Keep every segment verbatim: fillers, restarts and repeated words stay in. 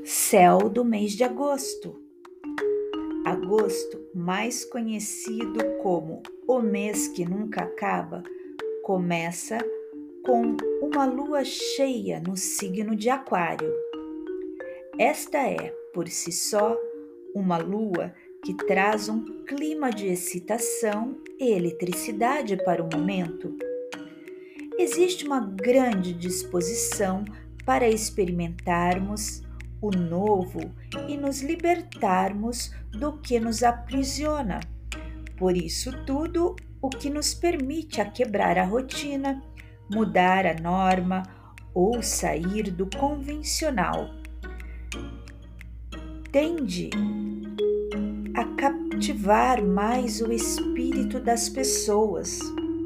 Céu do mês de agosto. Agosto, mais conhecido como o mês que nunca acaba, começa com uma lua cheia no signo de Aquário. Esta é, por si só, uma lua que traz um clima de excitação e eletricidade para o momento. Existe uma grande disposição para experimentarmos o novo e nos libertarmos do que nos aprisiona. Por isso tudo o que nos permite a quebrar a rotina, mudar a norma ou sair do convencional. Tende a cativar mais o espírito das pessoas.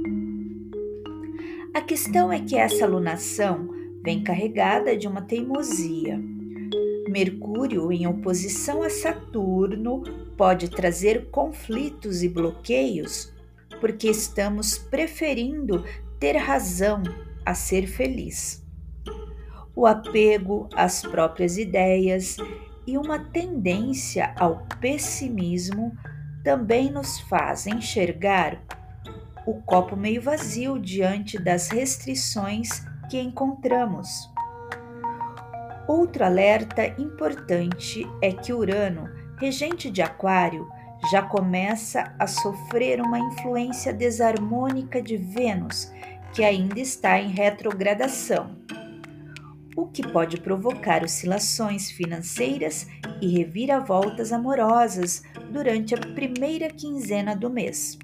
A questão é que essa alunação vem carregada de uma teimosia. Mercúrio, em oposição a Saturno, pode trazer conflitos e bloqueios, porque estamos preferindo ter razão a ser feliz. O apego às próprias ideias e uma tendência ao pessimismo também nos faz enxergar o copo meio vazio diante das restrições que encontramos. Outro alerta importante é que Urano, regente de Aquário, já começa a sofrer uma influência desarmônica de Vênus, que ainda está em retrogradação, o que pode provocar oscilações financeiras e reviravoltas amorosas durante a primeira quinzena do mês.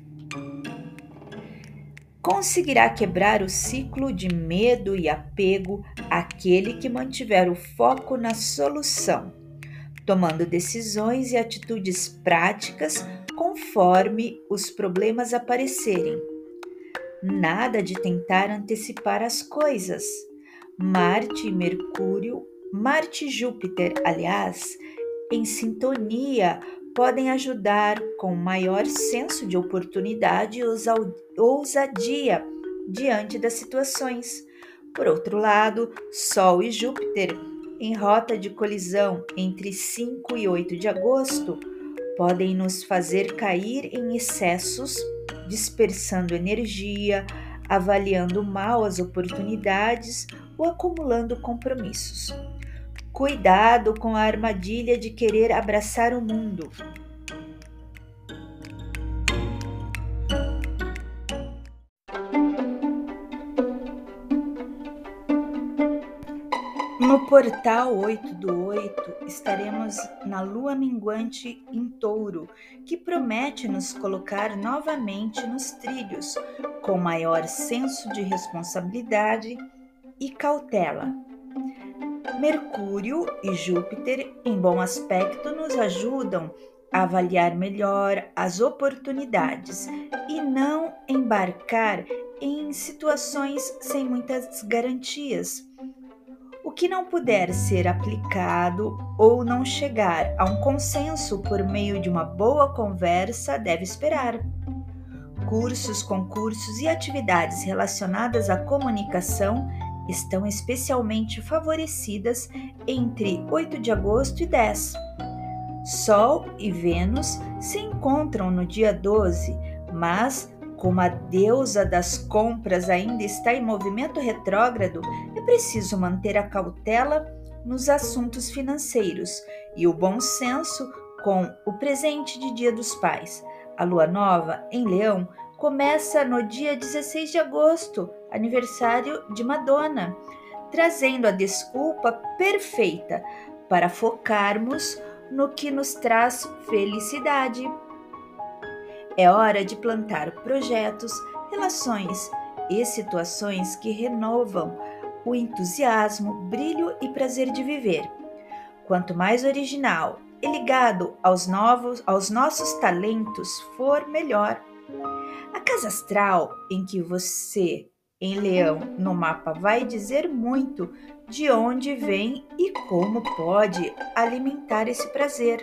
Conseguirá quebrar o ciclo de medo e apego aquele que mantiver o foco na solução, tomando decisões e atitudes práticas conforme os problemas aparecerem. Nada de tentar antecipar as coisas. Marte e Mercúrio, Marte e Júpiter, aliás, em sintonia, podem ajudar com maior senso de oportunidade e ousadia diante das situações. Por outro lado, Sol e Júpiter, em rota de colisão entre cinco e oito de agosto, podem nos fazer cair em excessos, dispersando energia, avaliando mal as oportunidades ou acumulando compromissos. Cuidado com a armadilha de querer abraçar o mundo. No portal oito do oito, estaremos na lua minguante em Touro, que promete nos colocar novamente nos trilhos, com maior senso de responsabilidade e cautela. Mercúrio e Júpiter, em bom aspecto, nos ajudam a avaliar melhor as oportunidades e não embarcar em situações sem muitas garantias. O que não puder ser aplicado ou não chegar a um consenso por meio de uma boa conversa deve esperar. Cursos, concursos e atividades relacionadas à comunicação estão especialmente favorecidas entre oito de agosto e dez. Sol e Vênus se encontram no dia doze, mas como a deusa das compras ainda está em movimento retrógrado, é preciso manter a cautela nos assuntos financeiros e o bom senso com o presente de Dia dos Pais. A lua nova em Leão começa no dia dezesseis de agosto, aniversário de Madonna, trazendo a desculpa perfeita para focarmos no que nos traz felicidade. É hora de plantar projetos, relações e situações que renovam o entusiasmo, brilho e prazer de viver. Quanto mais original e ligado aos novos, aos nossos talentos for, melhor. A casa astral em que você, em Leão, no mapa vai dizer muito de onde vem e como pode alimentar esse prazer.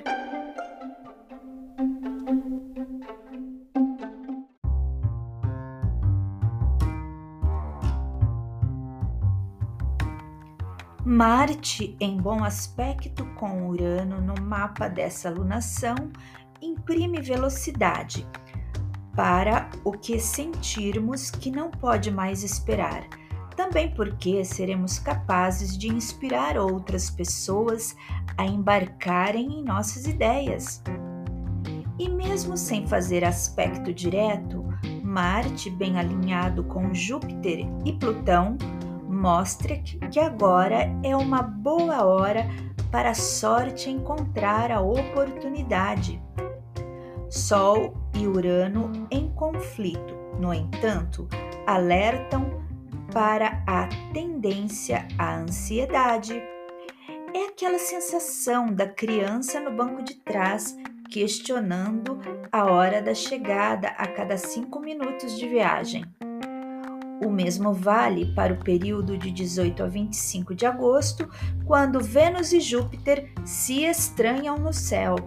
Marte, em bom aspecto com Urano no mapa dessa lunação, imprime velocidade para o que sentirmos que não pode mais esperar. Também porque seremos capazes de inspirar outras pessoas a embarcarem em nossas ideias. E mesmo sem fazer aspecto direto, Marte, bem alinhado com Júpiter e Plutão, mostra que agora é uma boa hora para a sorte encontrar a oportunidade. Sol e Urano em conflito, no entanto, alertam para a tendência à ansiedade. É aquela sensação da criança no banco de trás, questionando a hora da chegada a cada cinco minutos de viagem. O mesmo vale para o período de dezoito a vinte e cinco de agosto, quando Vênus e Júpiter se estranham no céu.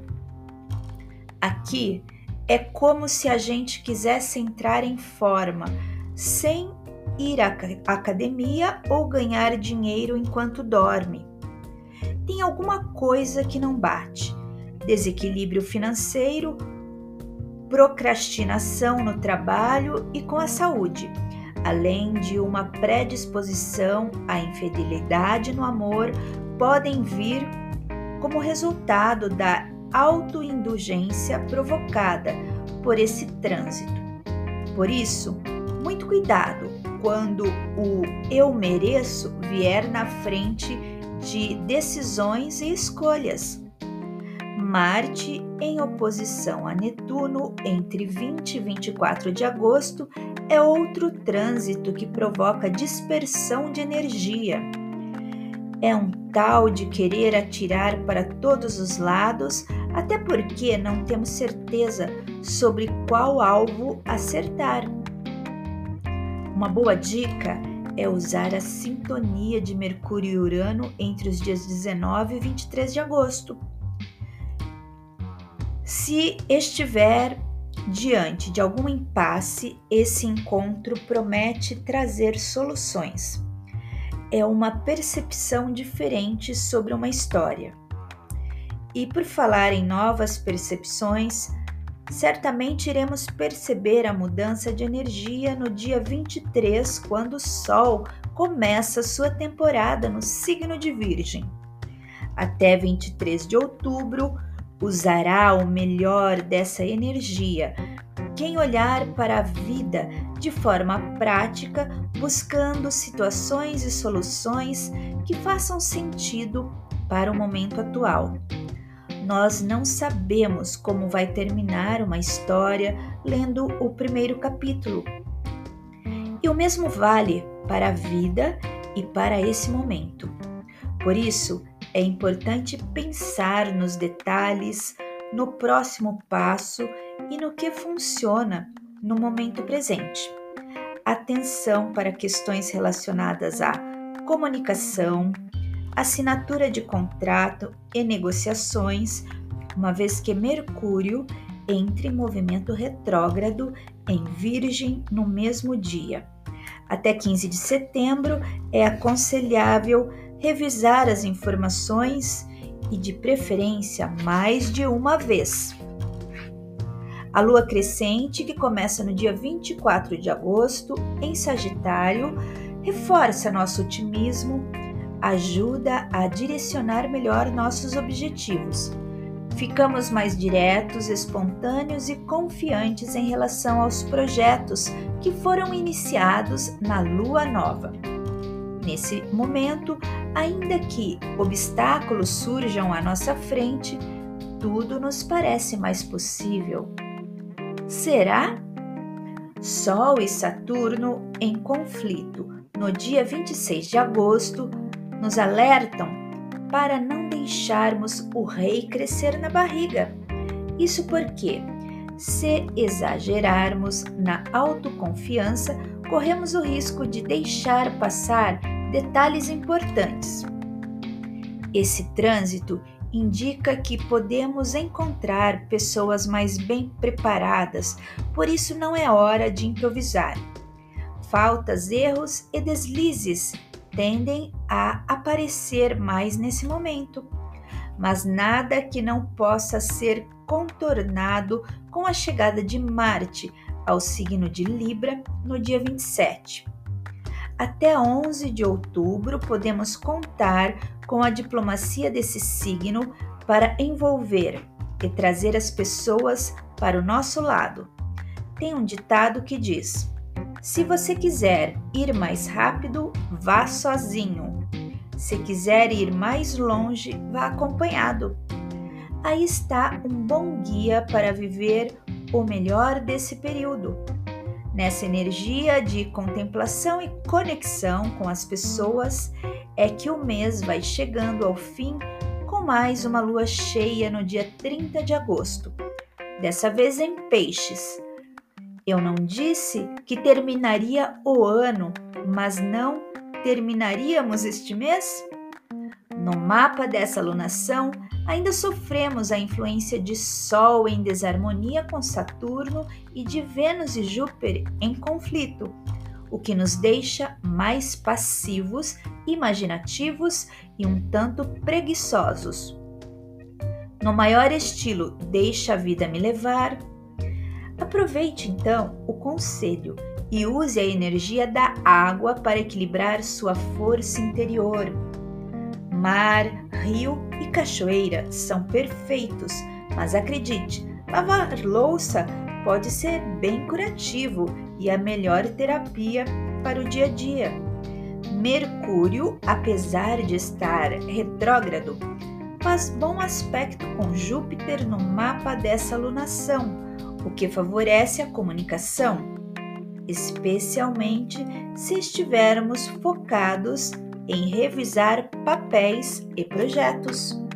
Aqui é como se a gente quisesse entrar em forma, sem ir à academia ou ganhar dinheiro enquanto dorme. Tem alguma coisa que não bate. Desequilíbrio financeiro, procrastinação no trabalho e com a saúde, além de uma predisposição à infidelidade no amor, podem vir como resultado da autoindulgência provocada por esse trânsito. Por isso, muito cuidado quando o eu mereço vier na frente de decisões e escolhas. Marte em oposição a Netuno entre vinte e vinte e quatro de agosto é outro trânsito que provoca dispersão de energia. É um tal de querer atirar para todos os lados, até porque não temos certeza sobre qual alvo acertar. Uma boa dica é usar a sintonia de Mercúrio e Urano entre os dias dezenove e vinte e três de agosto. Se estiver diante de algum impasse, esse encontro promete trazer soluções. É uma percepção diferente sobre uma história. E por falar em novas percepções, certamente iremos perceber a mudança de energia no dia vinte e três, quando o Sol começa sua temporada no signo de Virgem. Até vinte e três de outubro, usará o melhor dessa energia quem olhar para a vida de forma prática, buscando situações e soluções que façam sentido para o momento atual. Nós não sabemos como vai terminar uma história lendo o primeiro capítulo. E o mesmo vale para a vida e para esse momento. Por isso, é importante pensar nos detalhes, no próximo passo e no que funciona no momento presente. Atenção para questões relacionadas à comunicação, assinatura de contrato e negociações, uma vez que Mercúrio entra em movimento retrógrado em Virgem no mesmo dia. Até quinze de setembro é aconselhável revisar as informações e, de preferência, mais de uma vez. A lua crescente, que começa no dia vinte e quatro de agosto, em Sagitário, reforça nosso otimismo, ajuda a direcionar melhor nossos objetivos. Ficamos mais diretos, espontâneos e confiantes em relação aos projetos que foram iniciados na lua nova. Nesse momento, ainda que obstáculos surjam à nossa frente, tudo nos parece mais possível. Será? Sol e Saturno em conflito no dia vinte e seis de agosto nos alertam para não deixarmos o rei crescer na barriga. Isso porque, se exagerarmos na autoconfiança, corremos o risco de deixar passar detalhes importantes. Esse trânsito indica que podemos encontrar pessoas mais bem preparadas, por isso não é hora de improvisar. Faltas, erros e deslizes tendem a aparecer mais nesse momento, mas nada que não possa ser contornado com a chegada de Marte ao signo de Libra no dia vinte e sete. Até onze de outubro, podemos contar com a diplomacia desse signo para envolver e trazer as pessoas para o nosso lado. Tem um ditado que diz: se você quiser ir mais rápido, vá sozinho. Se quiser ir mais longe, vá acompanhado. Aí está um bom guia para viver o melhor desse período. Nessa energia de contemplação e conexão com as pessoas, é que o mês vai chegando ao fim com mais uma lua cheia no dia trinta de agosto, dessa vez em Peixes. Eu não disse que terminaria o ano, mas não terminaríamos este mês? No mapa dessa lunação, ainda sofremos a influência de Sol em desarmonia com Saturno e de Vênus e Júpiter em conflito, o que nos deixa mais passivos, imaginativos e um tanto preguiçosos. No maior estilo Deixa a Vida Me Levar, aproveite então o conselho e use a energia da água para equilibrar sua força interior. Mar, rio e cachoeira são perfeitos, mas acredite, lavar louça pode ser bem curativo e a melhor terapia para o dia a dia. Mercúrio, apesar de estar retrógrado, faz bom aspecto com Júpiter no mapa dessa lunação, o que favorece a comunicação, especialmente se estivermos focados em revisar papéis e projetos.